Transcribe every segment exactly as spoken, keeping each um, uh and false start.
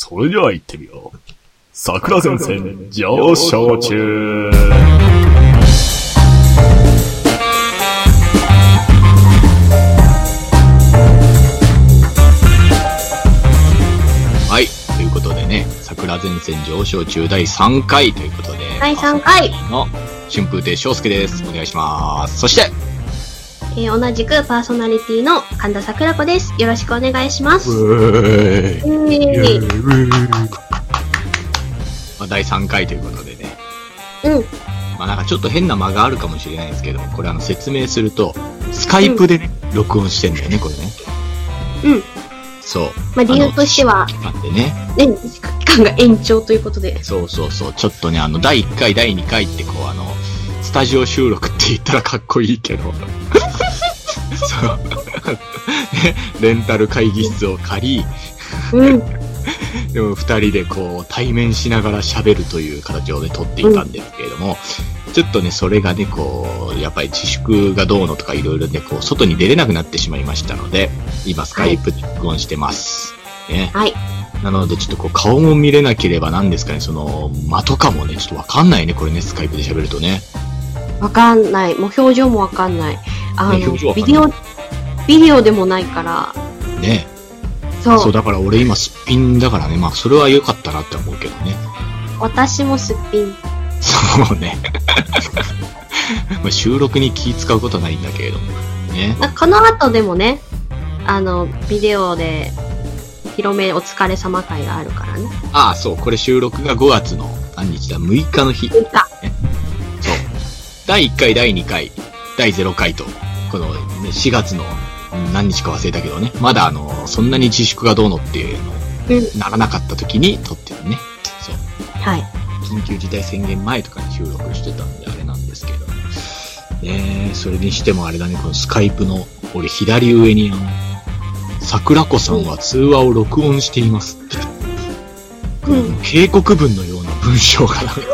それでは行ってみよう。桜前線上昇中。 はい、ということでね、桜前線上昇中だいさんかいということで、 だいさんかいの春風亭昇介です。お願いします。そして、 えー、同じくパーソナリティの神田桜子です。よろしくお願いします。 うーい。うーい。まあ、だいさんかいということでね。 うん。 まあなんかちょっと変な間があるかもしれないんですけど、これあの説明すると、スカイプでね、うん、録音してんだよね、これね。 うん。 そう。 まあ理由としては、 期間でね。 ね、期間が延長ということで。 そうそうそう。ちょっとね、あの、だいいっかい、だいにかいってこう、あの、スタジオ収録って言ったらかっこいいけど。そう。ね、レンタル会議室を借り、 うん。 でも二人でこう、対面しながら喋るという形をね、撮っていたんですけれども、うん、ちょっとね、それがね、こう、やっぱり自粛がどうのとかいろいろね、こう、外に出れなくなってしまいましたので、今、スカイプで録音してます。はい、ね。 はい。 なので、ちょっとこう、顔も見れなければなんですかね、その、間とかもね、ちょっとわかんないね、これね、スカイプで喋るとね。 わかんない。もう表情もわかんない。あの、 ね、表情わかんない。 ビデオ、ビデオでもないから。 ね。 そう。 そう、だから俺今すっぴんだからね、まあ、それは良かったなって思うけどね。 私もすっぴん。 そうね。まあ収録に気使うことはないんだけれども。ね。 この後でもね、あの、ビデオで、広めお疲れ様会があるからね。 ああ、そう。これ収録がごがつの何日だ ?むいかの日。 むいか。 ね、そう。だいいっかい、だいにかい、だいゼロかいと、この、ね、しがつの何日か忘れたけどね、まだあの、そんなに自粛がどうのっていうの、うん、ならなかった時に撮ってるね。そう。 はい。 緊急事態宣言前とかに収録してたんであれなんですけど。ねえ、それにしてもあれだね、このスカイプの、俺左上にあの、桜子さんは通話を録音していますって。うん、警告文のような文章がなんか。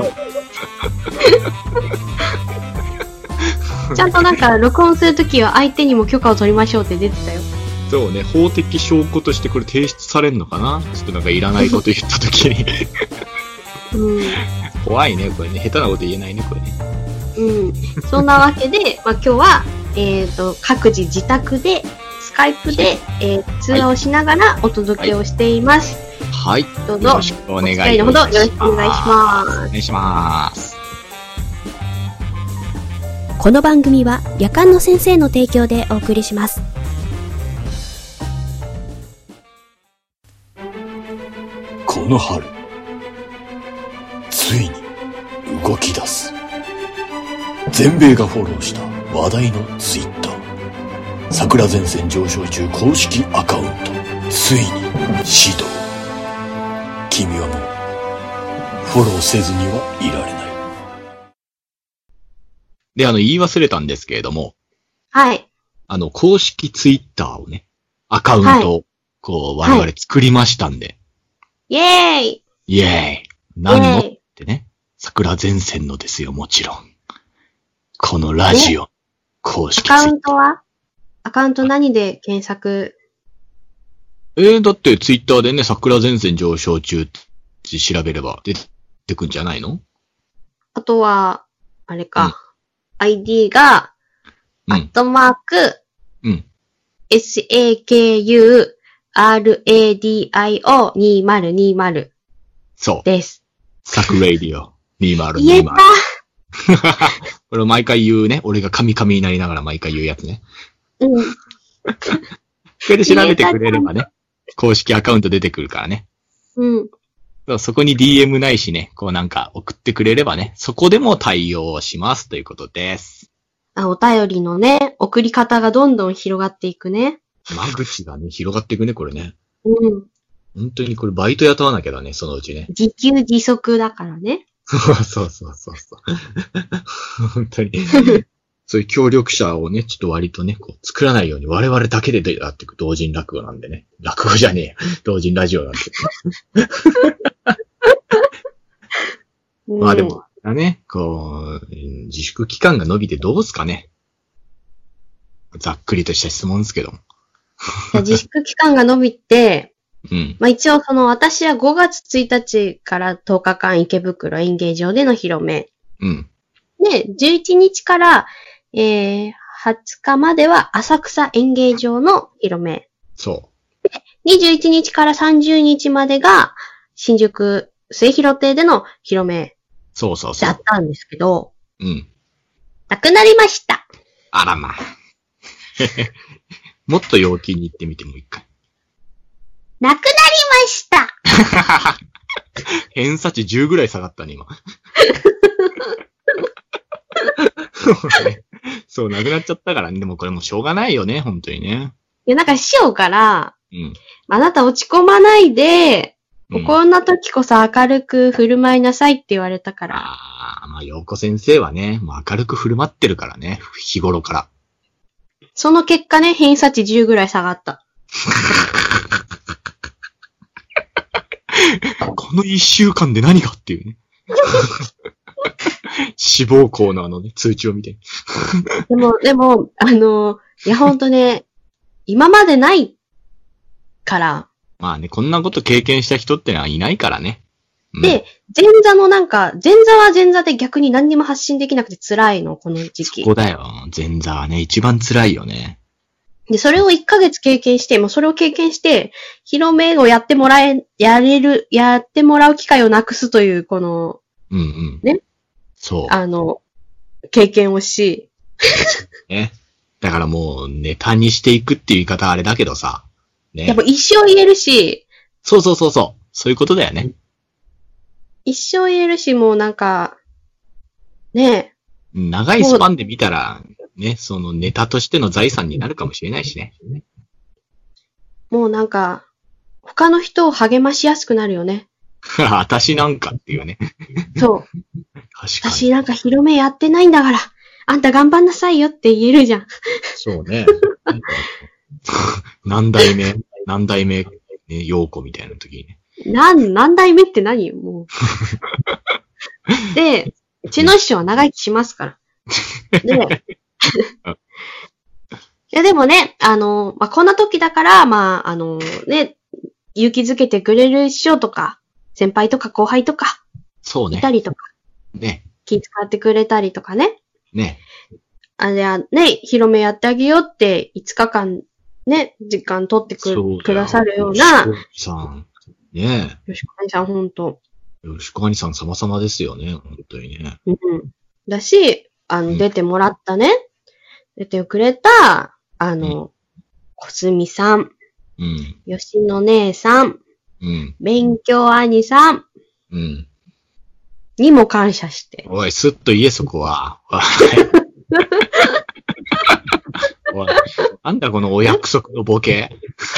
ちゃんとなんか録音するときは相手にも許可を取りましょうって出てたよ。 そうね、法的証拠としてこれ提出されんのかな？ちょっとなんかいらないこと言ったときに。うん、怖いね、これね。下手なこと言えないね、これね。 うん。そんなわけで、まあ、今日は、えっと、各自自宅で、スカイプで、えー、通話をしながらお届けをしています。 はい。 どうぞ。 よろしくお願いします。 お付き合いのほどよろしくお願いします。 お願いします。 この番組は夜間の先生の提供でお送りします。 この春、ついに動き出す。全米がフォローした話題のツイッター。桜前線上昇中公式アカウント。ついに始動。君はもうフォローせずにはいられない。 で、あの、言い忘れたんですけれども。 はい。 あの、公式ツイッターをね、アカウントを、はい、こう、我々作りましたんで。 イェーイイェーイ何のってね、桜前線のですよ、もちろん。このラジオ、公式ツイッター。 アカウントはアカウント何で検索？ えー、だってツイッターでね、桜前線上昇中って調べれば出てくんじゃないの？ あとは、あれか。うん、アイディー が、うん、アットマーク、 うん、 エスエーケーユーアールエーディーアイオーにせんにじゅうそう。 です。 サクレイディオにせんにじゅう。 言えたこれを毎回言うね。俺がカミカミになりながら毎回言うやつね。 うん。これで調べてくれればね、公式アカウント出てくるからね。 うん。 そこに ディーエム ないしね、こうなんか送ってくれればね、そこでも対応しますということです。 あ、お便りのね、送り方がどんどん広がっていくね。 間口がね、広がっていくね、これね。 うん。 本当にこれバイト雇わなきゃだね、そのうちね。 自給自足だからね。 そうそうそうそう。本当に。そういう協力者をね、ちょっと割とね、こう作らないように我々だけでやっていく同人落語なんでね。落語じゃねえよ。同人ラジオなんで。まあでも、だね、こう、自粛期間が伸びてどうすかね。ざっくりとした質問ですけども。 自粛期間が伸びて、 うん。 まあ一応その私はごがつついたちからとおかかん池袋演芸場での披露目。 うん。 で、じゅういちにちから、えー、はつかまでは浅草演芸場の披露目。 そう。 で、にじゅういちにちからさんじゅうにちまでが新宿末広亭での披露目。 そうそうそう。 だったんですけど。 うん。 なくなりました。 あらまあ。もっと陽気に言ってみてもう一回。 なくなりました。 偏差値じゅうぐらい下がったね、今。そう、なくなっちゃったからね。でもこれもうしょうがないよね、本当にね。 いや、なんか師匠から、 うん。 あなた落ち込まないで、 うん、 こんな時こそ明るく振る舞いなさいって言われたから。 ああ、まあ、陽子先生はね、もう明るく振る舞ってるからね、日頃から。 その結果ね、偏差値じゅうぐらい下がった。 この一週間で何がっていうね。志望校のあのね、通知を見て。 でも、でも、あの、いやほんとね、今までないから。 まあね、こんなこと経験した人ってのはいないからね。 うん、で、前座のなんか、前座は前座で逆に何にも発信できなくて辛いの、この時期。 そこだよ。前座はね、一番辛いよね。 で、それをいっかげつ経験して、もうそれを経験して、披露目をやってもらえ、やれる、やってもらう機会をなくすという、この、 うんうん。 ね。 そう。 あの、経験をし。 ね。だからもう、ネタにしていくっていう言い方あれだけどさ。ね。 やっぱ一生言えるし。 そうそうそうそう。そういうことだよね。 一生言えるし、もうなんか、ね。 長いスパンで見たら、ね、そのネタとしての財産になるかもしれないしね。 もうなんか、他の人を励ましやすくなるよね。 私なんかっていうね。 そう。 確かに。 私なんか広めやってないんだから、あんた頑張んなさいよって言えるじゃん。 そうね。何代目、何代目、ね、陽子みたいな時にね。 なん、何代目って何よ、もう。で、うちの師匠は長生きしますから。で、いやでもね、あの、まあ、こんな時だから、まあ、あの、ね、勇気づけてくれる師匠とか、先輩とか後輩とか、 そうね。 いたりとか、 ね。 気遣ってくれたりとかね。 ね。 あれはね、広めやってあげようって、いつかかん、ね、時間取ってく、くださるような。 よしこ兄さん。ねえ。よしこ兄さん、ほんと。 よしこ兄さん様々ですよね、本当にね。 うん。だし、あの、出てもらったね、うん、出てくれた、あの、うん、こすみさん。 うん。 よしの姉さん。 うん。 勉強兄さん。 うん。 にも感謝して。 おい、すっと言え、そこは。おい、なんだこのお約束のボケ。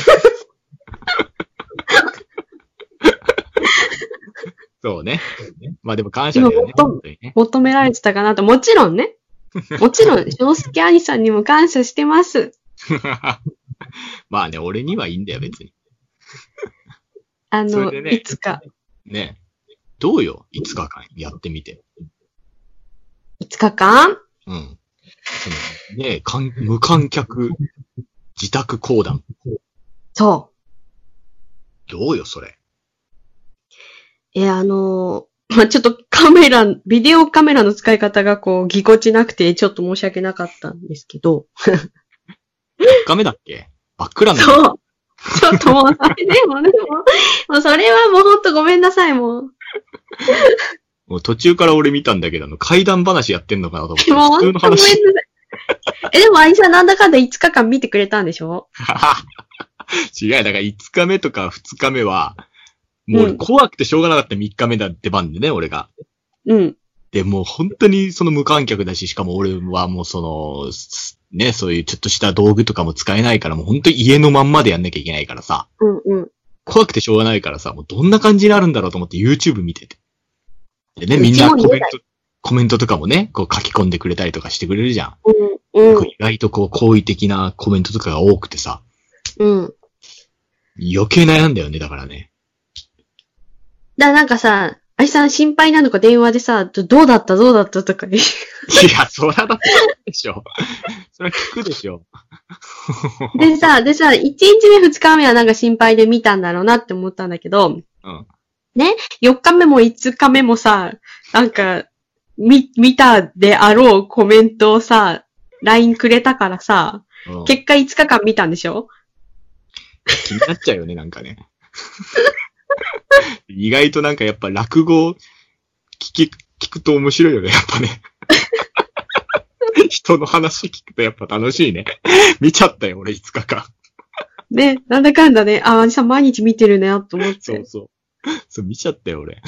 そうね。まあでも感謝だよね。 求, ね求められてたかなと。もちろんね。もちろん、翔介兄さんにも感謝してます。 まあね、俺にはいいんだよ、別に。 あの、ね、いつか。 ね。どうよ、いつかかんやってみて。 いつかかんうん。そのね、無観客自宅講談。 そう。 どうよ、それ。 え、あのー、まあ、ちょっとカメラ、ビデオカメラの使い方がこう、ぎこちなくて、ちょっと申し訳なかったんですけど。 カメだっけ真っ暗なの。 そう。ちょっともう、それでも、でも、もうそれはもうほんとごめんなさい、もう。 もう途中から俺見たんだけど、あの、怪談話やってんのかなと思って。 もうほんとごめんなさい。え、でも、アニさんなんだかんだいつかかん見てくれたんでしょ違う、だからいつかめとかふつかめは、もう怖くてしょうがなかったみっかめだって番でね、俺が。 うん。 で、もう本当にその無観客だし、しかも俺はもうその、ね、そういうちょっとした道具とかも使えないから、もう本当に家のまんまでやんなきゃいけないからさ。 うんうん。 怖くてしょうがないからさ、もうどんな感じになるんだろうと思って YouTube 見てて。でね、みんなコメント、コメントとかもね、こう書き込んでくれたりとかしてくれるじゃん。 うんうん。 意外とこう好意的なコメントとかが多くてさ。 うん。 余計悩んだよね、だからね。 だからなんかさ、あいさん心配なのか電話でさ、どうだったどうだったとかや、そらだってでしょ。そら聞くでしょ。 でさ、でさ、いちにちめふつかめはなんか心配で見たんだろうなって思ったんだけど、 うん。 ね、よっかめもいつかめもさ、なんか、み、見たであろうコメントをさ、ライン くれたからさ、 うん、 結果いつかかん見たんでしょ？ 気になっちゃうよね、なんかね。意外となんかやっぱ落語聞き、聞くと面白いよね、やっぱね。人の話聞くとやっぱ楽しいね。見ちゃったよ、俺いつかかん。 ね、なんだかんだね、あ、兄さん毎日見てるね、と思って。 そうそう。そう、見ちゃったよ、俺。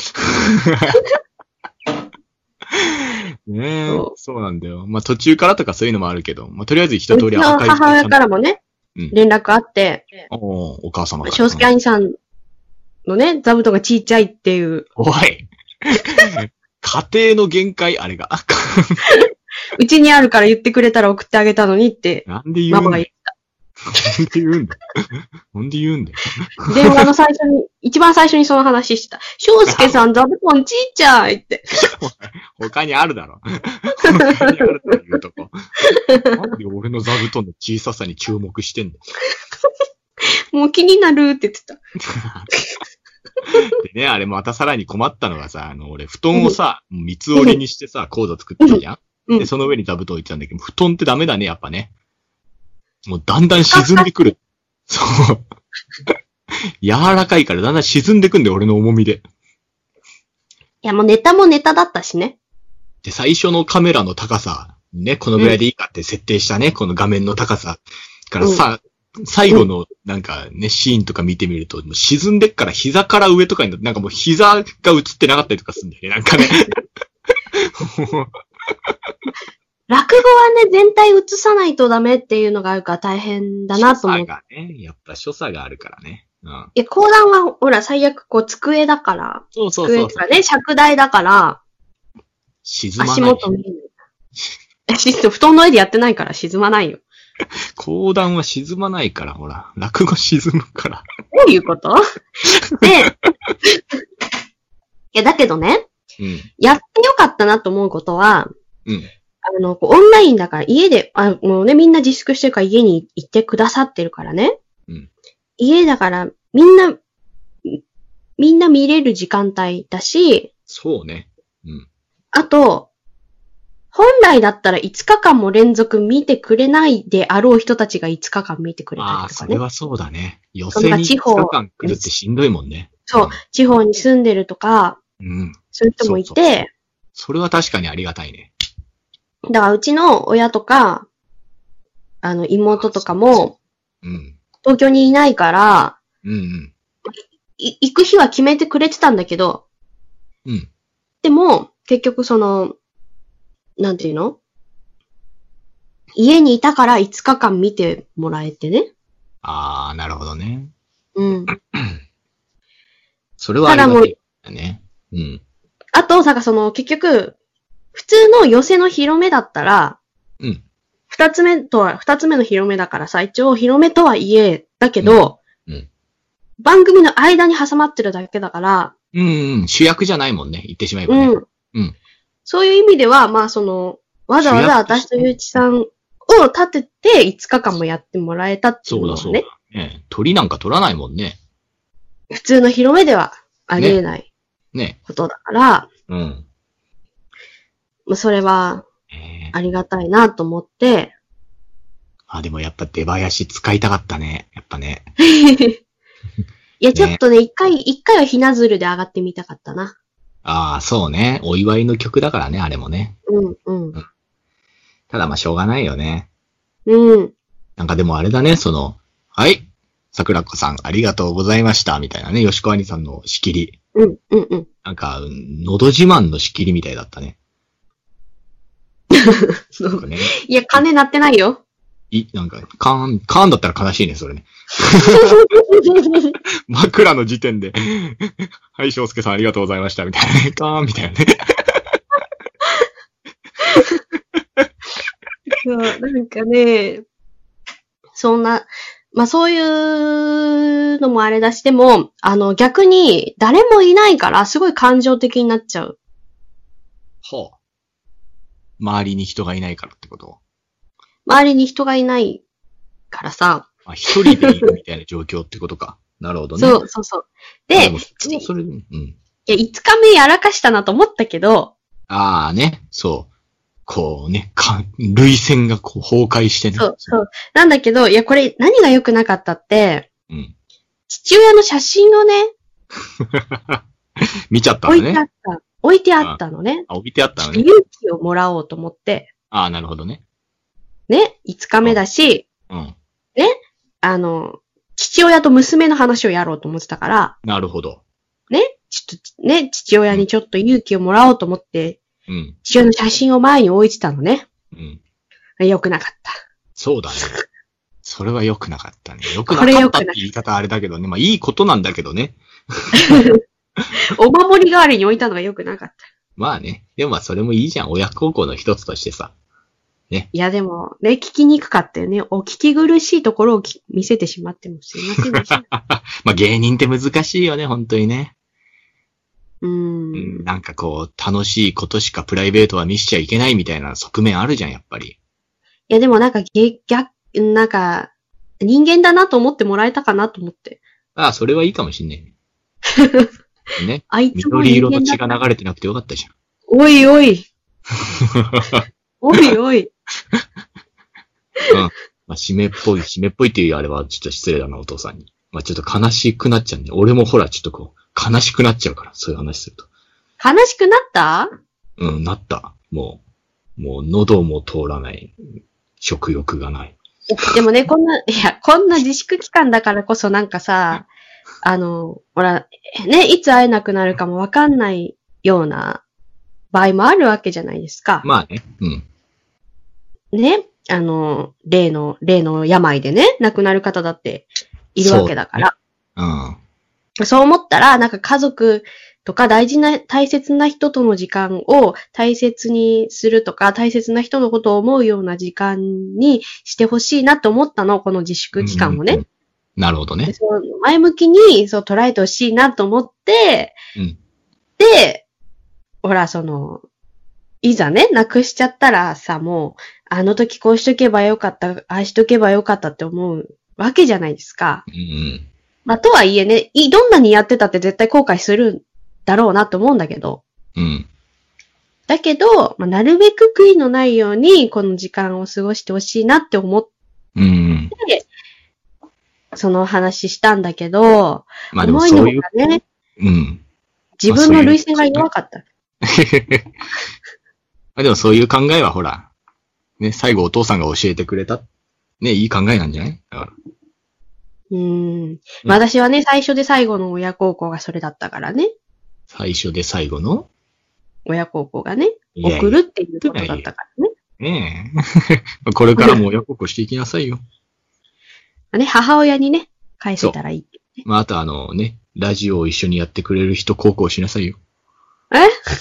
ねえそ、そうなんだよ。まあ途中からとかそういうのもあるけど、まあとりあえず一通りアーカイブ。母親からもね、うん、連絡あって、 お, お母様から。 翔介兄さんのね、座布団がちっちゃいっていう。 おい家庭の限界、あれが。 うちにあるから言ってくれたら送ってあげたのにって、 なんで言うんだママが言った。 なんで言うんだなんで言うんだよ。 電話の最初に、一番最初にその話してた。翔介さん座布団ちっちゃいって。 他にあるだろ。他にあるというとこ。なんで俺の座布団の小ささに注目してんのもう気になるって言ってた。 でね、あれまたさらに困ったのがさ、あの、俺布団をさ、うん、三つ折りにしてさ、コード作ってるじゃん、うん、で、その上に座布団置いてたんだけど、布団ってダメだね、やっぱね。もうだんだん沈んでくる。そう。柔らかいからだんだん沈んでくんだよ、俺の重みで。 いや、もうネタもネタだったしね。 で、最初のカメラの高さ、ね、このぐらいでいいかって設定したね、うん、この画面の高さからさ、うん、最後のなんかね、シーンとか見てみると、もう沈んでっから膝から上とかになって、なんかもう膝が映ってなかったりとかするんだよね、なんかね。 落語はね、全体映さないとダメっていうのがあるから大変だなと思う。 所作がね、やっぱ所作があるからね。うん。 いや、講談は、ほら、最悪こう、机だから。 そうそうそうそう。 机とかね、尺台だから。 沈まない。 足元見えない。布団の上でやってないから沈まないよ。 講談は沈まないから、ほら。落語沈むから。 どういうことで、いや、だけどね、うん、やってよかったなと思うことは、うん、あの、オンラインだから家で、あもうね、みんな自粛してるから家に行ってくださってるからね。うん、家だから、みんな、みんな見れる時間帯だし、 そうね。うん。 あと、本来だったらいつかかんも連続見てくれないであろう人たちがいつかかん見てくれたりとかね。ああ、 それはそうだね。予選にいつかかん来るってしんどいもんね。 そう、うん、地方に住んでるとか、うん、そういう人もいてそうそうそう、 それは確かにありがたいね。 だからうちの親とか、あの妹とかも、うん、東京にいないから、うんうん、い行く日は決めてくれてたんだけど、うん、でも結局その、なんていうの？家にいたからいつかかん見てもらえてね。 ああ、なるほどね。 うん。 それはありがたいよね。うん。 あと、なんかその結局、普通の寄せの広めだったら、うん。二つ目とは、二つ目の広めだからさ、一応広めとはいえ、だけど、うん。うん、番組の間に挟まってるだけだから、 うん、うん、主役じゃないもんね、言ってしまえばね。うん。うん。 そういう意味では、まあその、わざわざ私とゆうちさんを立てていつかかんもやってもらえたっていうのはね。そうだそうだ。ね、鳥なんか取らないもんね。 普通の広めではありえないねことだから、ねね、うん。それは、ありがたいなと思って。 あ、でもやっぱ出囃子使いたかったね。やっぱね。 いや、ちょっとね、一、ね、回、一回はひな鶴で上がってみたかったな。 ああ、そうね。お祝いの曲だからね、あれもね。 うん、うん。うん、 ただまあしょうがないよね。 うん。 なんかでもあれだね、その、はい。桜子さん、ありがとうございました、みたいなね、吉子兄さんの仕切り。 うん、うん、うん。 なんか、のど自慢の仕切りみたいだったね。 そうね。いや、金鳴ってないよ。 い、なんか、カーン、カーンだったら悲しいね、それね。枕の時点で、はい、翔介さんありがとうございました、みたいなね。カーンみたいなね。 そう、なんかね、そんな、まあそういうのもあれだし、でも、あの逆に誰もいないからすごい感情的になっちゃう。 はあ。 周りに人がいないからってこと？ 周りに人がいないからさ。 あ、一人でいるみたいな状況ってことか。なるほどね。 そうそうそう。で、 でそれ、うん。いや、いつかめやらかしたなと思ったけど。 ああね、そう。こうね、か、涙腺がこう崩壊してね。 そう、そう。なんだけど、いや、これ何が良くなかったって、 うん。 父親の写真をね、 見ちゃったのね。 置いてあった。置いてあったのね。 あ、置いてあったのね。 勇気をもらおうと思って。 ああ、なるほどね。 ね、いつかめだし、 うん。 ね、あの、父親と娘の話をやろうと思ってたから。 なるほど。 ね、ちょっと、ね、父親にちょっと勇気をもらおうと思って、 うん。 父親の写真を前に置いてたのね。 うん。 良くなかった。 そうだね。それは良くなかったね。良くなかったって言い方あれだけどね。まあいいことなんだけどね。 お守り代わりに置いたのが良くなかった。 まあね。でもまあそれもいいじゃん。親孝行の一つとしてさ。ね。 いやでも、ね、聞きにくかったよね。お聞き苦しいところを見せてしまってもすいませんでした。 まあ芸人って難しいよね、本当にね。 うーん。 うん、なんかこう、楽しいことしかプライベートは見しちゃいけないみたいな側面あるじゃん、やっぱり。いやでもなんか、逆、なんか、人間だなと思ってもらえたかなと思って。 ああ、それはいいかもしんないね。ね。 あいつも緑色の血が流れてなくてよかったじゃん。 おいおい。おいおい。 うん。まあ、締めっぽい、締めっぽいっていうあれはちょっと失礼だな、お父さんに。まあ、ちょっと悲しくなっちゃうね。俺もほら、ちょっとこう、悲しくなっちゃうから、そういう話すると。 悲しくなった？ うん、なった。もう、もう喉も通らない。食欲がない。 でもね、こんな、いや、こんな自粛期間だからこそなんかさ、あの、ほら、ね、いつ会えなくなるかもわかんないような場合もあるわけじゃないですか。 まあね、うん。 ね、あの、例の、例の病でね、亡くなる方だっているわけだから。 そう、ね、 うん。そう思ったら、なんか家族とか大事な、大切な人との時間を大切にするとか、大切な人のことを思うような時間にしてほしいなと思ったの、この自粛期間をね。うんうん、 なるほどね。 そう前向きにそう捉えてほしいなと思って、 うん、 で、ほら、その、いざね、なくしちゃったらさ、もう、あの時こうしとけばよかった、ああしとけばよかったって思うわけじゃないですか。 うんうん、 まあ、とはいえね、どんなにやってたって絶対後悔するだろうなと思うんだけど。 うん。 だけど、まあ、なるべく悔いのないように、この時間を過ごしてほしいなって思って、 うん、 その話したんだけど、 まあ、でもそういう、 思いのほかね、 うん。 自分の涙腺が弱かった。 でもそういう考えはほら、ね、最後お父さんが教えてくれた。ね、いい考えなんじゃないだから。 うーん。まあ、私はね、最初で最後の親孝行がそれだったからね。 最初で最後の親孝行がね、送るっていうことだったからね。 ねえ。これからも親孝行していきなさいよ。 ね、母親にね、返せたらいい、ね。 まあ、あとあのね、ラジオを一緒にやってくれる人孝行しなさいよ。 え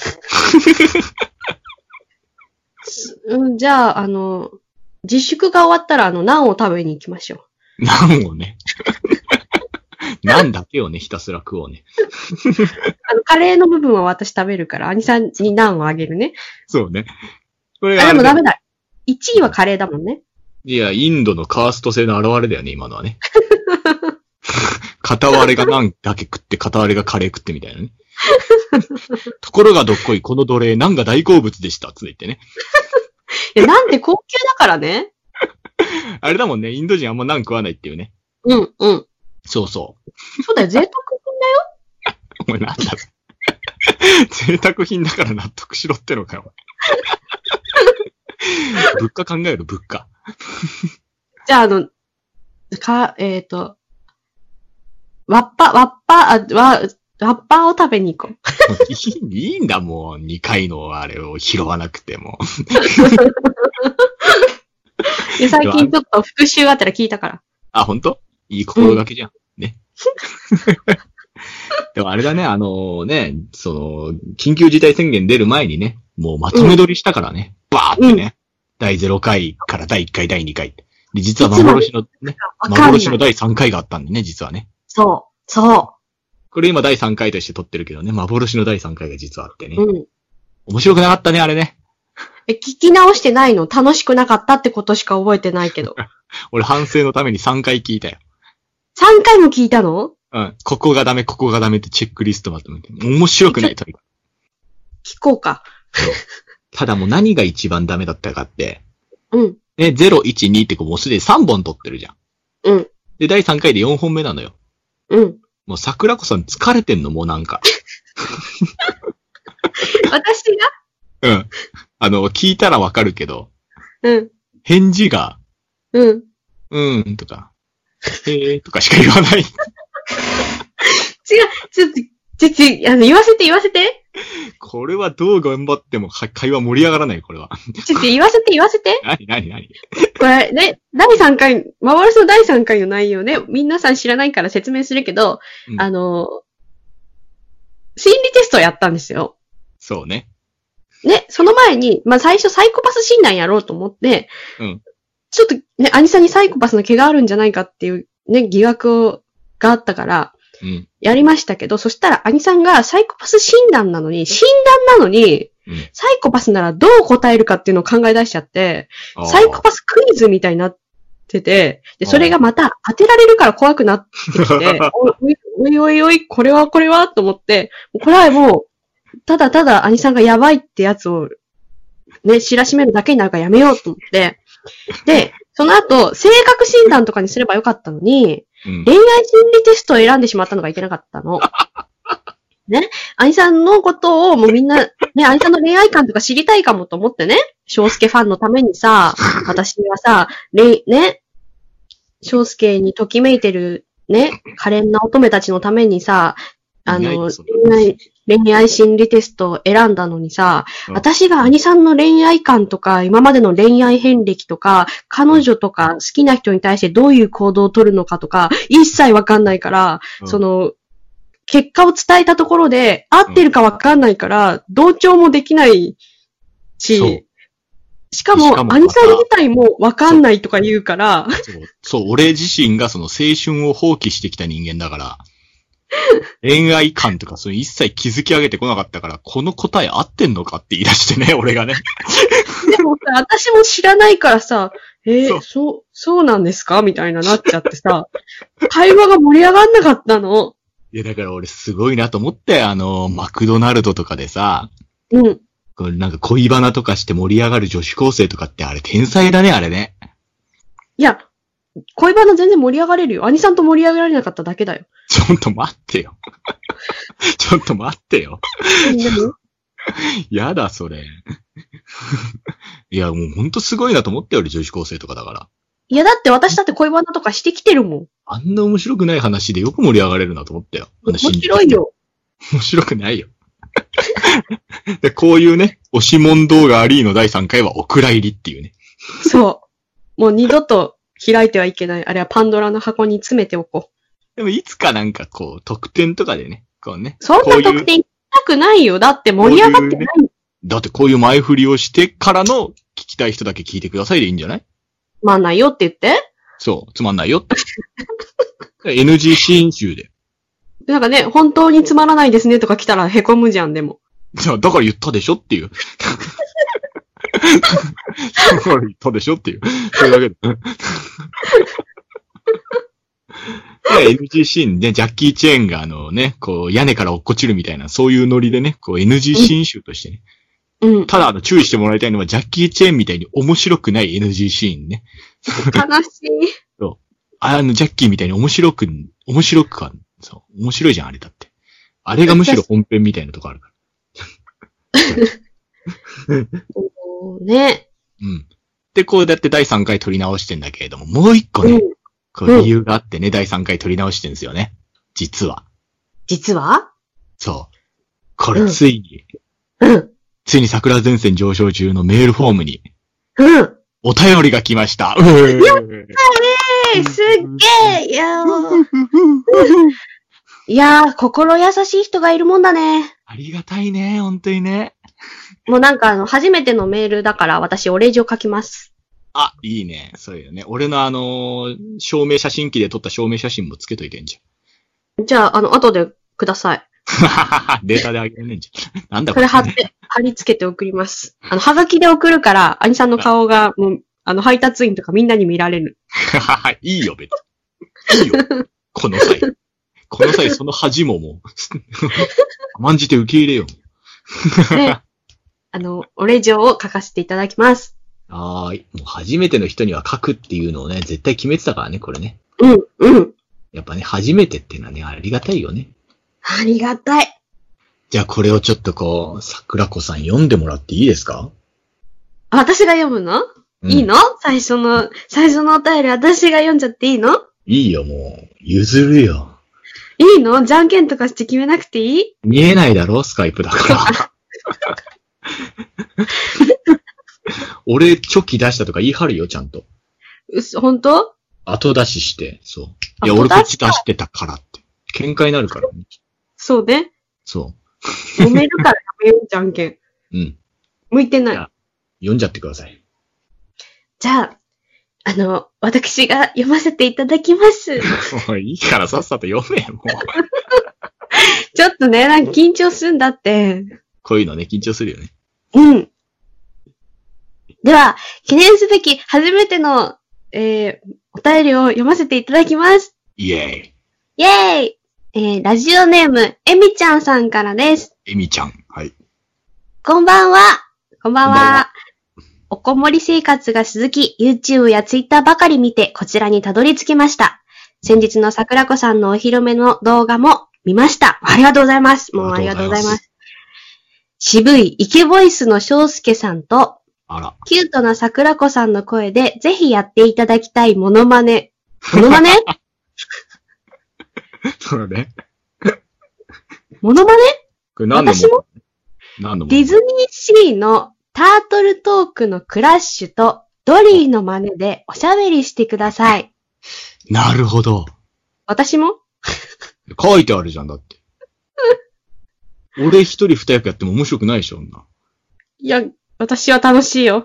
うん、じゃあ、あの、自粛が終わったら、あの、ナンを食べに行きましょう。ナンをね。ナンだけをね、ひたすら食おうね。 あの、カレーの部分は私食べるから、兄さんにナンをあげるね。 そうね。 これあ、でもダメだ。いちいはカレーだもんね。 いや、インドのカースト制の表れだよね、今のはね。片割れがナンだけ食って、片割れがカレー食ってみたいなね。ところがどっこい、この奴隷、ナンが大好物でした、つってね。 いや、ナンって高級だからね。 あれだもんね、インド人あんまナン食わないっていうね。 うん、うん。 そうそう。 そうだよ、贅沢品だよ。 お前なんだ。贅沢品だから納得しろってのかよ。物価考える、物価。 じゃあ、あの、か、えっと、わっぱ、わっぱ、あ、わ、ラッパーを食べに行こう。 いい、いいんだ、もう。にかいのあれを拾わなくても。 で最近ちょっと復習があったら聞いたから。 あ、ほんと？いい心がけじゃん。うん、ね。でもあれだね、あのね、その、緊急事態宣言出る前にね、もうまとめ撮りしたからね。うん、バーってね、うん。だいゼロかいからだいいっかい、だいにかい。で、実は幻のね、幻のだいさんかいがあったんでね、実はね。 そう、そう。 これ今だいさんかいとして撮ってるけどね、幻のだいさんかいが実はあってね。 うん。 面白くなかったね、あれね。 え、聞き直してないの？楽しくなかったってことしか覚えてないけど。 俺反省のためにさんかい聞いたよ。 さんかいも聞いたの？ うん。ここがダメ、ここがダメってチェックリストまとめて。面白くないとにかく。 聞こうか。 ただもう何が一番ダメだったかって。 うん。 ね、ゼロ、いち、にってこうもうすでにさんぼん撮ってるじゃん。 うん。 で、だいさんかいでよんほんめなのよ。 うん。 もう桜子さん疲れてんのもうなんか。 私がうん。あの、聞いたらわかるけど。 うん。 返事が。 うん。 うんとか。へえーとかしか言わない。違う、 ちょっと、ちょ、ちょ、あの、言わせて言わせて。 これはどう頑張っても会話盛り上がらない、これは。 ちょっと言わせて言わせて。 なになになにこれね、だいさんかい、幻のだいさんかいの内容ね、皆さん知らないから説明するけど、うん、あの、心理テストをやったんですよ。 そうね。 ね、その前に、まあ、最初サイコパス診断やろうと思って、うん。ちょっとね、アニさんにサイコパスの毛があるんじゃないかっていうね、疑惑があったから、うん。やりましたけど、そしたらアニさんがサイコパス診断なのに、診断なのに、うん、サイコパスならどう答えるかっていうのを考え出しちゃって、サイコパスクイズみたいになってて、で、それがまた当てられるから怖くなってきて、おいおいおいおい、これはこれはと思って、これはもう、ただただアニさんがやばいってやつを、ね、知らしめるだけになるからやめようと思って、で、その後、性格診断とかにすればよかったのに、うん、恋愛心理テストを選んでしまったのがいけなかったの。ね。アニさんのことをもうみんな、ね、アニさんの恋愛観とか知りたいかもと思ってね、翔介ファンのためにさ、私はさ、れね、翔介にときめいてる、ね、可憐な乙女たちのためにさ、あの、恋愛、恋愛心理テストを選んだのにさ、うん、私がアニさんの恋愛観とか、今までの恋愛遍歴とか、彼女とか好きな人に対してどういう行動を取るのかとか、一切わかんないから、うん、その、結果を伝えたところで、合ってるかわかんないから、同調もできないし、しかも、アニさん自体もわかんないとか言うから、 そう、そう、俺自身がその青春を放棄してきた人間だから、恋愛観とかそういう一切築き上げてこなかったから、この答え合ってんのかって言い出してね、俺がね。 でもさ、私も知らないからさ、えー、そう、そう、そうなんですかみたいななっちゃってさ、会話が盛り上がんなかったの。 いや、だから俺すごいなと思って、あの、マクドナルドとかでさ、 うん。 これなんか恋バナとかして盛り上がる女子高生とかってあれ天才だね、あれね。いや、恋バナ全然盛り上がれるよ。アニさんと盛り上げられなかっただけだよ。 ちょっと待ってよ。ちょっと待ってよ。やだ、それ。いや、もうほんとすごいなと思ってよ、俺女子高生とかだから。 いや、だって私だって恋バナとかしてきてるもん。 あんな面白くない話でよく盛り上がれるなと思ったよ。 面白いよ。 面白くないよ。でこういうね、推しモン動画ありーのだいさんかいはお蔵入りっていうね。 そう。もう二度と開いてはいけない。あれはパンドラの箱に詰めておこう。 でもいつかなんかこう、特典とかでね、こうね。 そんな特典したくないよ。だって盛り上がってない。 こういうね、だってこういう前振りをしてからの聞きたい人だけ聞いてくださいでいいんじゃない？つまんないよって言って。 そう、つまんないよって。エヌジー シーン集で。 なんかね、本当につまらないですねとか来たら凹むじゃん、でも。 じゃあ、だから言ったでしょっていう。だから言ったでしょっていう。それだけで。エヌジー シーンで、ジャッキー・チェーンがあのね、こう屋根から落っこちるみたいな、そういうノリでね、こう エヌジー シーン集としてね。 うん。 ただ、あの、注意してもらいたいのは、ジャッキー・チェーンみたいに面白くない エヌジー シーンね。 悲しい。 そう。あの、ジャッキーみたいに面白く、面白くは、そう。面白いじゃん、あれだって。あれがむしろ本編みたいなとこあるから。 ね。 うん。で、こうやってだいさんかい撮り直してんだけれども、もう一個ね、うん、こう理由があってね、うん、だいさんかい撮り直してんですよね。実は。 実は？ そう。これついに、 うん。うん、 ついに桜前線上昇中のメールフォームに、 うん。 お便りが来ました。 やったねー、すっげー、いやー。いやー、心優しい人がいるもんだね。 ありがたいね、ほんとにね。 もうなんかあの、初めてのメールだから私お礼状書きます。 あ、いいね。そういうね。俺のあのー、証明写真機で撮った証明写真もつけといてんじゃん。じゃあ、あの、後でください。 データであげられんじゃん。なんだこれ貼って、貼り付けて送ります。あの、はがきで送るから、兄さんの顔が、もう、あの、配達員とかみんなに見られる。 いいよ、別に。いいよ。この際。この際、その恥ももう、甘んじて受け入れよう。 で、あの、お礼状を書かせていただきます。 はーい。もう初めての人には書くっていうのをね、絶対決めてたからね、これね。 うん、うん。 やっぱね、初めてっていうのはね、ありがたいよね。 ありがたい。 じゃあこれをちょっとこう、桜子さん読んでもらっていいですか？ 私が読むの、うん、いいの？最初の、最初のお便り私が読んじゃっていいの？ いいよ、もう。譲るよ。 いいの？じゃんけんとかして決めなくていい？ 見えないだろ？スカイプだから。俺、チョキ出したとか言い張るよ、ちゃんと。 うそ、ほんと？ 後出しして、そう。いや、俺こっち出してたからって。喧嘩になるから、ね。 そうね。 そう。 揉めるからやめよう、じゃんけん。 うん。 向いてない。 読んじゃってください。 じゃあ、あの、私が読ませていただきます。 もういいからさっさと読め、もう。 ちょっとね、なんか緊張するんだって。 こういうのね、緊張するよね。 うん。では、記念すべき初めての、えー、お便りを読ませていただきます。 イェーイ。 イェーイ。えー、ラジオネーム、えみちゃんさんからです。 えみちゃん。はい。 こんばんは。こんばんは。こんばんは。おこもり生活が続き、YouTube や Twitter ばかり見て、こちらにたどり着きました。先日の桜子さんのお披露目の動画も見ました。ありがとうございます。もうありがとうございます。渋いイケボイスの翔介さんと、 あら。 キュートな桜子さんの声で、ぜひやっていただきたいモノマネ。モノマネそうね。 モノマネこれ何の私も何のディズニーシーのタートルトークのクラッシュとドリーの真似でおしゃべりしてください。 なるほど。 私も書いてあるじゃん、だって。俺一人二役やっても面白くないでしょ、女。 いや、私は楽しいよ。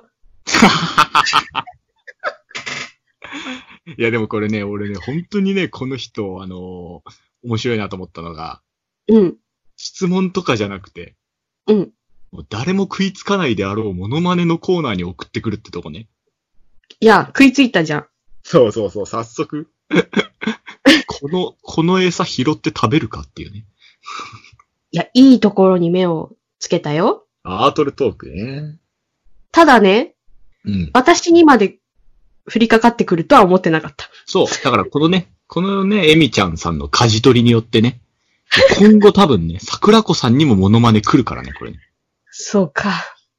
いや、でもこれね、俺ね、本当にね、この人、あのー、面白いなと思ったのが、 うん。 質問とかじゃなくて、 うん。 もう誰も食いつかないであろうモノマネのコーナーに送ってくるってとこね。 いや、食いついたじゃん。 そうそうそう、早速。この、この餌拾って食べるかっていうね。 いや、いいところに目をつけたよ。 アートルトークね。 ただね、 うん。 私にまで降りかかってくるとは思ってなかった。 そう。だからこのね、このね、エミちゃんさんの舵取りによってね、今後多分ね、桜子さんにもモノマネ来るからね、これね。 そうか。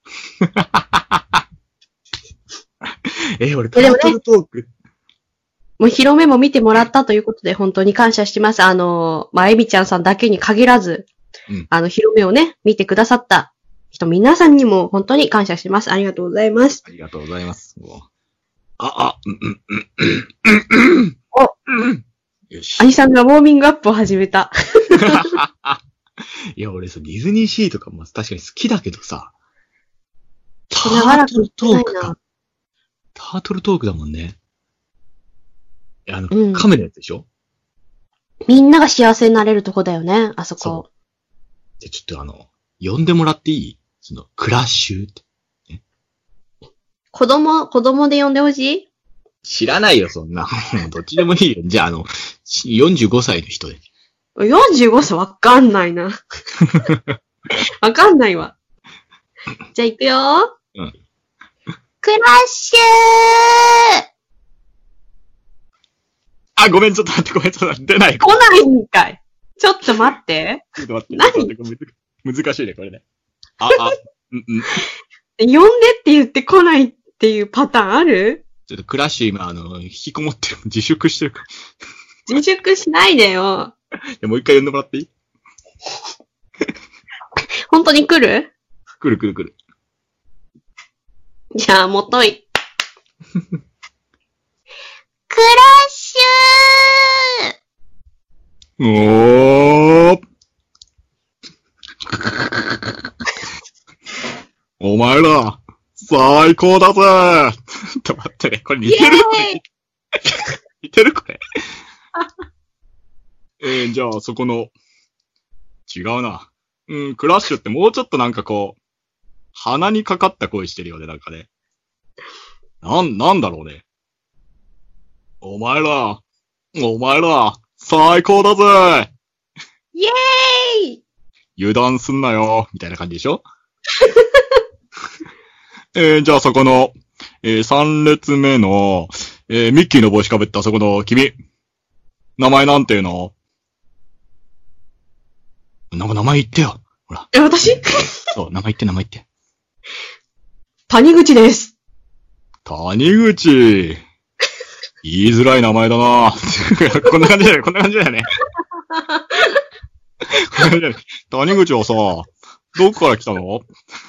え、俺タートルトーク。 もう広めも見てもらったということで本当に感謝してます。あの、まあ、エミちゃんさんだけに限らず、うん、あの、広めをね、見てくださった人、皆さんにも本当に感謝してます。ありがとうございます。 ありがとうございます。あ、あ、うん、うん、うん、うん。 お、うん。よし。兄さんがウォーミングアップを始めた。 いや、俺さ、ディズニーシーとかも確かに好きだけどさ、タートルトークか。タートルトークだもんね。あの、うん、カメのやつでしょ？ みんなが幸せになれるとこだよね、あそこ。そう。 じゃ、ちょっとあの、呼んでもらっていい？その、クラッシュって。ね、 子供、子供で呼んでほしい？ 知らないよ、そんな。どっちでもいいよ。じゃあ、あの、よんじゅうごさいの人で。 よんじゅうごさいわかんないな。わかんないわ。じゃあ行くよ。うん。クラッシュー！ あ、ごめん、ちょっと待って、ごめん、ちょっと待って、出ない。 来ないんかい。ちょっと待って。 ちょっと待って。何？ちょっと待って、難しいね、これね。あ、あ、うんうん。 呼んでって言って来ないっていうパターンある？ ちょっとクラッシュ今、あの、引きこもってる。自粛してるから。 自粛しないでよ。 いや、もう一回呼んでもらっていい？ 本当に来る？ 来る来る来る。 じゃあ、もとい。クラッシュー！おーお前ら、最高だぜーって待ってね、これ似てる似てるこれ。えー、じゃあ、そこの、 違うな。うん、クラッシュってもうちょっとなんかこう、鼻にかかった声してるよね、なんかね。なん、なんだろうね。お前ら、お前ら、最高だぜイエーイ油断すんなよみたいな感じでしょえー、じゃあそこの、えー、三列目の、えー、ミッキーの帽子かぶったそこの君。名前なんていうの？なんか名前言ってよ。ほら。 え、私そう、名前言って名前言って。 谷口です。 谷口。言いづらい名前だなこんな感じだよね、こんな感じだよね。こんな感じだよね。谷口はさ、どこから来たの？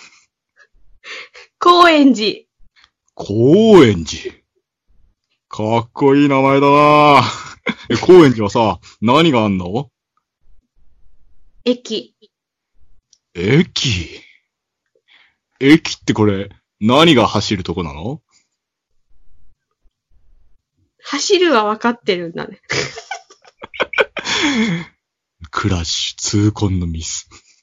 高円寺。 高円寺。かっこいい名前だなえ、高円寺はさ、何があんの？ 駅。 駅。駅ってこれ、何が走るとこなの？ 走るは分かってるんだね。 クラッシュ、痛恨のミス。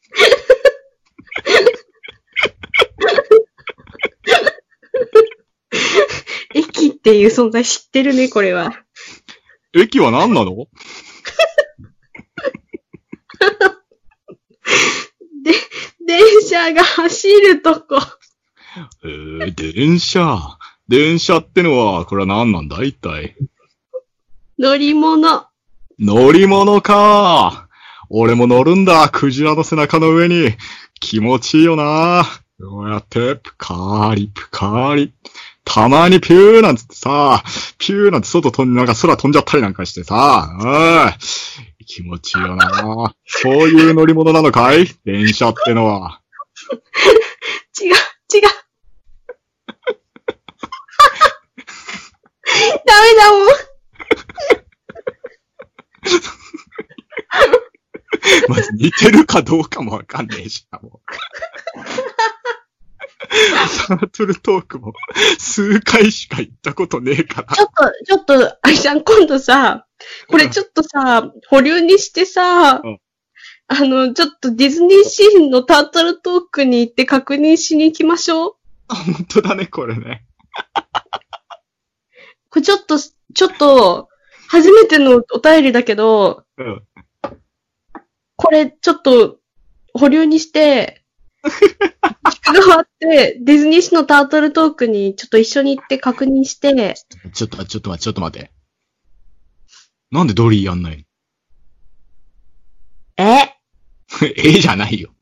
駅っていう存在知ってるね、これは。 駅は何なの？ で、電車が走るとこ。 えー、電車。電車ってのは、これは何なんだ一体。 乗り物。 乗り物か。俺も乗るんだ。クジラの背中の上に。気持ちいいよな。こうやって、ぷかーり、ぷかーり。たまにピューなんつってさ、ピューなんて外飛んで、なんか空飛んじゃったりなんかしてさ、うん。気持ちいいよな。そういう乗り物なのかい？電車ってのは。 違う、違う。ダメだもん。 まず似てるかどうかもわかんねえしな、もう。サートルトークも数回しか行ったことねえから。 ちょっと、ちょっと、あいちゃん今度さ、これちょっとさ、保留にしてさ、うん、あの、ちょっとディズニーシーのタートルトークに行って確認しに行きましょう。 本当だね、これね。 これちょっと、ちょっと、初めてのお便りだけど、うん、これちょっと保留にして、聞くのあって、ディズニーシーのタートルトークにちょっと一緒に行って確認して。 ちょっと、ちょっと待って、ちょっと待って。なんでドリーやんないの？ ええじゃないよ。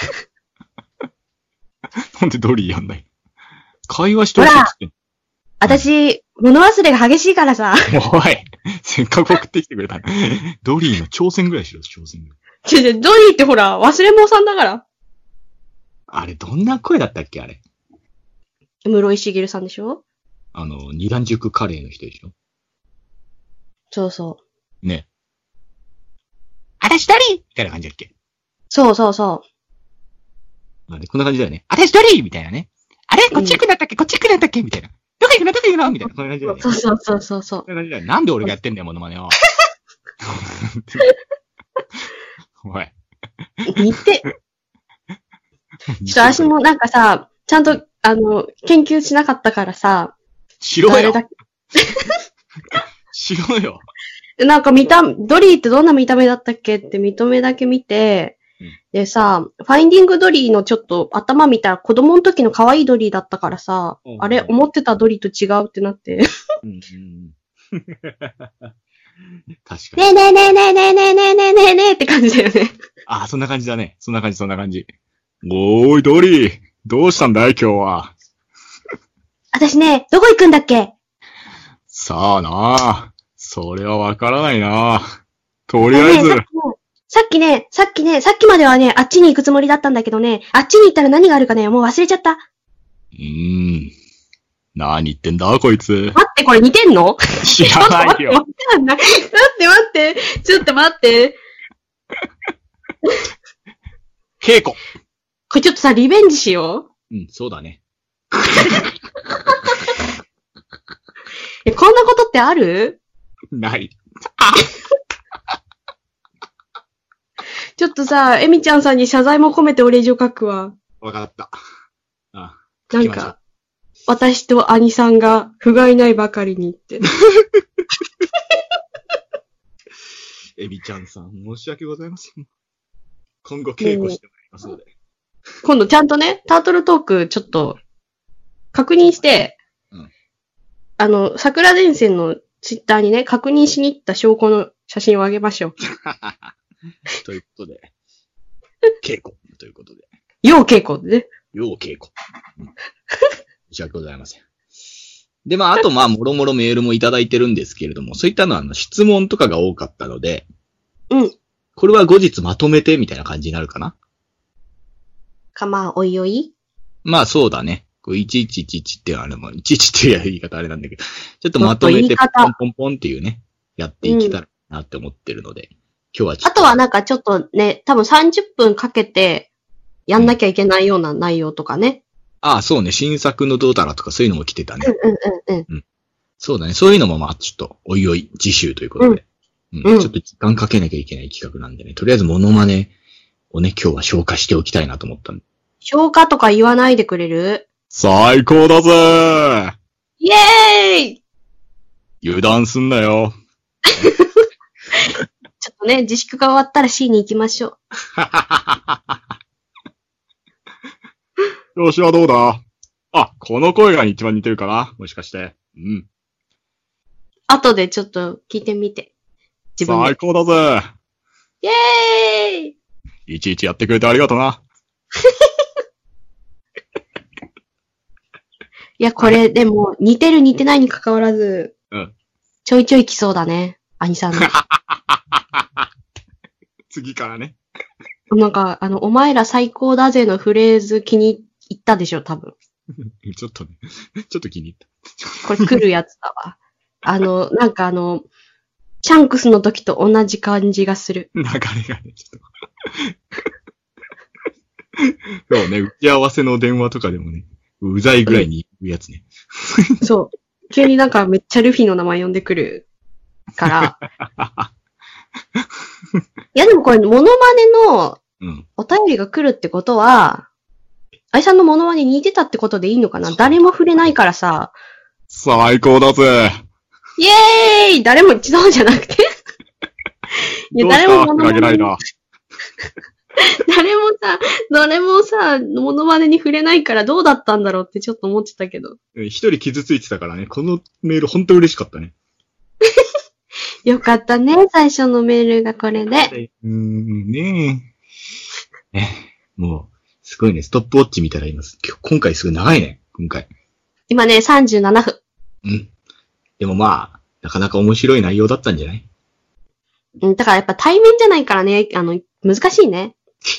なんでドリーやんないの？会話してほしいっつってんの。 私、物忘れが激しいからさ。 おい、せっかく送ってきてくれたの。ドリーの挑戦ぐらいしろ、挑戦ぐらい。 違う違う、ドリーってほら、忘れ物さんだから。 あれ、どんな声だったっけ、あれ。 室井茂さんでしょ？ あの、二段熟カレーの人でしょ？ そうそう。 ね。あたしドリーみたいな感じだっけ？ そうそうそう。 あれ、こんな感じだよね。あたしドリーみたいなね。あれこっち行くんだったっけ、うん、こっち行くんだったっけみたいな。どこ行くのどこ行くのみたいな。こんな感じだよね。 そうそうそうそうそう。 こんな感じだよね。なんで俺がやってんだよ、モノマネを。おい。 似て。ちょっと私もなんかさ、ちゃんと、あの、研究しなかったからさ。 しろよ。しろよ。 なんか見た、ドリーってどんな見た目だったっけって見た目だけ見て、うん、でさ、ファインディングドリーのちょっと頭見たら子供の時の可愛いドリーだったからさ、うん、あれ、思ってたドリーと違うってなって。うんうん、確かに。 ねえねえねえねえねえねえねえねえねえねえって感じだよね。 ああ、そんな感じだね。そんな感じ、そんな感じ。おーい、ドリー。どうしたんだい、今日は。 私ね、どこ行くんだっけ？ さあなあ。それはわからないな。とりあえず、 ね。さっきね、さっきね、さっきまではね、あっちに行くつもりだったんだけどね、あっちに行ったら何があるかね、もう忘れちゃった。 うーん。何言ってんだ、こいつ。 待って、これ似てんの？ 知らないよ。 わかんない。待って待って、ちょっと待って。 稽古。 これちょっとさ、リベンジしよう。うん、そうだね。 え、こんなことってある？ ない。 ちちょっとさ、エミちゃんさんに謝罪も込めてお礼状書くわ。 わかった。ああ、 なんか、私と兄さんが不甲斐ないばかりにって。 エビちゃんさん、申し訳ございません。今後稽古してまいりますので。 今度ちゃんとね、タートルトークちょっと確認して、うん、あの、桜前線のツイッターにね、確認しに行った証拠の写真をあげましょう。 ということで、稽古ということで。 要稽古でね。 要稽古。うん、申し訳ございません。で、まあ、あと、まあ、もろもろメールもいただいてるんですけれども、そういったのは、あの、質問とかが多かったので、 うん。 これは後日まとめてみたいな感じになるかなか、まあ、おいおいまあ、そうだね。こういちいちいちいちってあれも、いちいちっていう言い方あれなんだけど、ちょっとまとめて、ポンポンポンっていうね、やっていけたらなって思ってるので、うん、今日はちょっと。 あとはなんかちょっとね、多分さんじゅっぷんかけて、やんなきゃいけないような内容とかね。 うん、ああ、そうね。新作のどうたらとかそういうのも来てたね。 うんうんうんうん。うん、 そうだね。そういうのもまあ、ちょっと、おいおい、次週ということで、うんうん。ちょっと時間かけなきゃいけない企画なんでね。とりあえずモノマネをね、今日は消化しておきたいなと思ったんで。 消化とか言わないでくれる？ 最高だぜ！ イェーイ！ 油断すんなよ。 ちょっとね、自粛が終わったら C に行きましょう。 調子はどうだ？あ、この声が一番似てるかな？もしかして。うん。 後でちょっと聞いてみて。 自分で。最高だぜ。 イェーイ！ いちいちやってくれてありがとな。 いや、これ、でも、似てる似てないに関わらず、 うん。 ちょいちょい来そうだね。兄さんの。 次からね。 なんか、あの、お前ら最高だぜのフレーズ気に入ったでしょ、多分。 ちょっとね、ちょっと気に入った。 これ来るやつだわ。あの、なんかあの、シャンクスの時と同じ感じがする。 流れがね、ちょっと。そうね、打ち合わせの電話とかでもね、うざいぐらいに言うやつね。 そう。急になんかめっちゃルフィの名前呼んでくるから。いやでもこれ、モノマネのお便りが来るってことは、愛さんのモノマネ似てたってことでいいのかな？誰も触れないからさ。 最高だぜ。 イエーイ！誰も一度じゃなくていや、誰もモノマネ。誰もさ、誰もさ、モノマネに触れないからどうだったんだろうってちょっと思ってたけど。 一人傷ついてたからね、このメール本当嬉しかったね。 よかったね、最初のメールがこれで。 うーん、ねえ。え、もう、すごいね、ストップウォッチ見たらいます。今回すごい長いね、今回。 今ね、さんじゅうななふん。 うん。でもまあ、なかなか面白い内容だったんじゃない？ うん、だからやっぱ対面じゃないからね、あの、難しいね。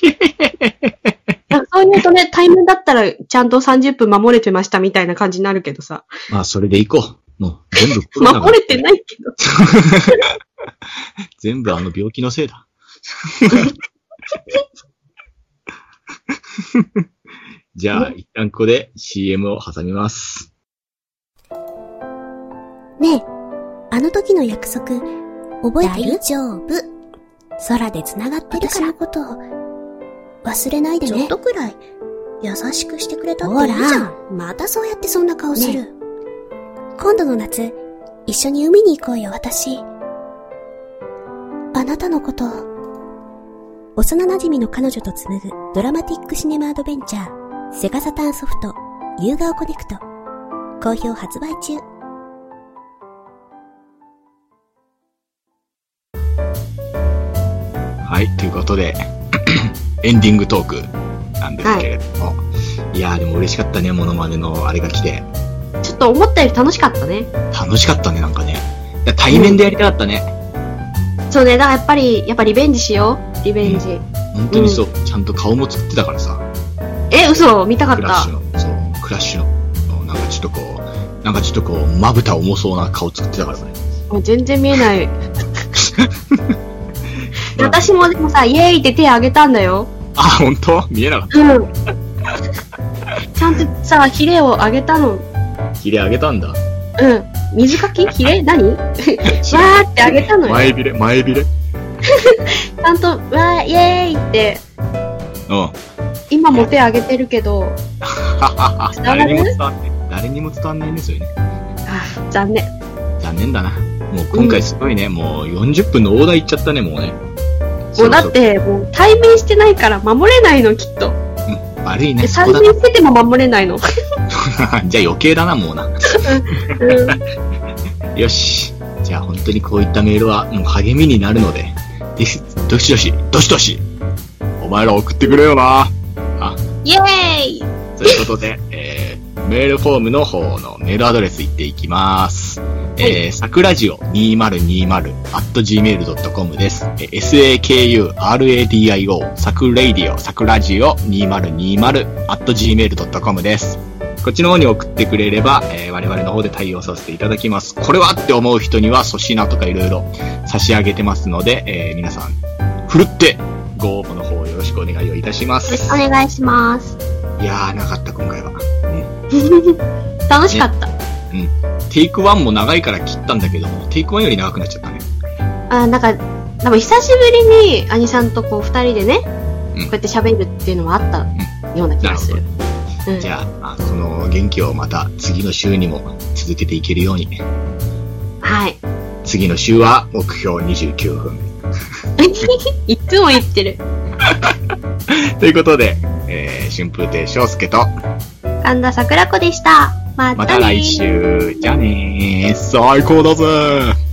そういうとね、対面だったらちゃんとさんじゅっぷん守れてましたみたいな感じになるけどさ。 まあ、それでいこう。もう、全部守れてないけど。 全部あの病気のせいだ。じゃあ、一旦ここで シーエム を挟みます。 ねえ、あの時の約束、覚えてる？大丈夫。空で繋がってるから。私のことを忘れないでね。ちょっとくらい優しくしてくれたっていいじゃん。ほら、またそうやってそんな顔する。ね、今度の夏、一緒に海に行こうよ、私。あなたのことを。幼馴染の彼女と紡ぐドラマティックシネマアドベンチャー、セガサターンソフト、ユーガオコネクト。好評発売中。 はい、ということで、エンディングトークなんですけれども。はい、いやーでも嬉しかったね、モノマネのあれが来て。 ちょっと思ったより楽しかったね。 楽しかったね、なんかね。いや対面でやりたかったね、 うん。そうね、だからやっぱり、やっぱリベンジしよう。リベンジ。うん、 本当にそう、うん、ちゃんと顔も作ってたからさ。 え、嘘見たかった。 クラッシュの、そう、クラッシュの、なんかちょっとこう、なんかちょっとこう、まぶた重そうな顔作ってたからね。 もう全然見えない。私もでもさ、イエーイって手あげたんだよ。 あ、本当？見えなかった。 うん。ちゃんとさ、ヒレをあげたの。 ヒレあげたんだ。 うん。水かきヒレ何わーってあげたのよ。 前ビレ前ビレゃんと、わー、イエーイって、 うん。 今も手挙げてるけど、 誰にも伝わんない。誰にも伝わんないんですよね。 あ、残念。 残念だな。もう今回すごいね、うん、もうよんじゅっぷんの大台いっちゃったね、もうね。 もうだって、もう対面してないから守れないの、きっと。 うん、悪いね。 対面してても守れないの。 じゃあ余計だな、もうな。うん、よし。じゃあ本当にこういったメールはもう励みになるので、どしどし、どしどし、お前ら送ってくれよな。あ、 イェーイということで、えー、メールフォームの方のメールアドレス言っていきます。えー、さくらじおにせにじゅう アットジーメールドットコム です。えー、エスエーケーユーアールエーディーアイオー サクレイディオ、さくらじおにせにじゅう アットジーメールドットコム です。こっちの方に送ってくれれば、えー、我々の方で対応させていただきます。これはって思う人には粗品とかいろいろ差し上げてますので、えー、皆さん、ふるってご応募の方よろしくお願いをいたします。 よろしくお願いします。 いやー、なかった、今回は。うん、 楽しかった、ね。 うん。テイクワンも長いから切ったんだけども、テイクワンより長くなっちゃったね。 あ、なんか、多分久しぶりに兄さんとこう二人でね、うん、こうやって喋るっていうのもあったような気がする。 うん、じゃあ、まあ、この元気をまた次の週にも続けていけるように。 はい。 次の週は目標にじゅうきゅうふん。 いつも言ってる。 ということで、えー、春風亭昇介と神田桜子でした。またねー。 また来週。じゃあねー。最高だぜー。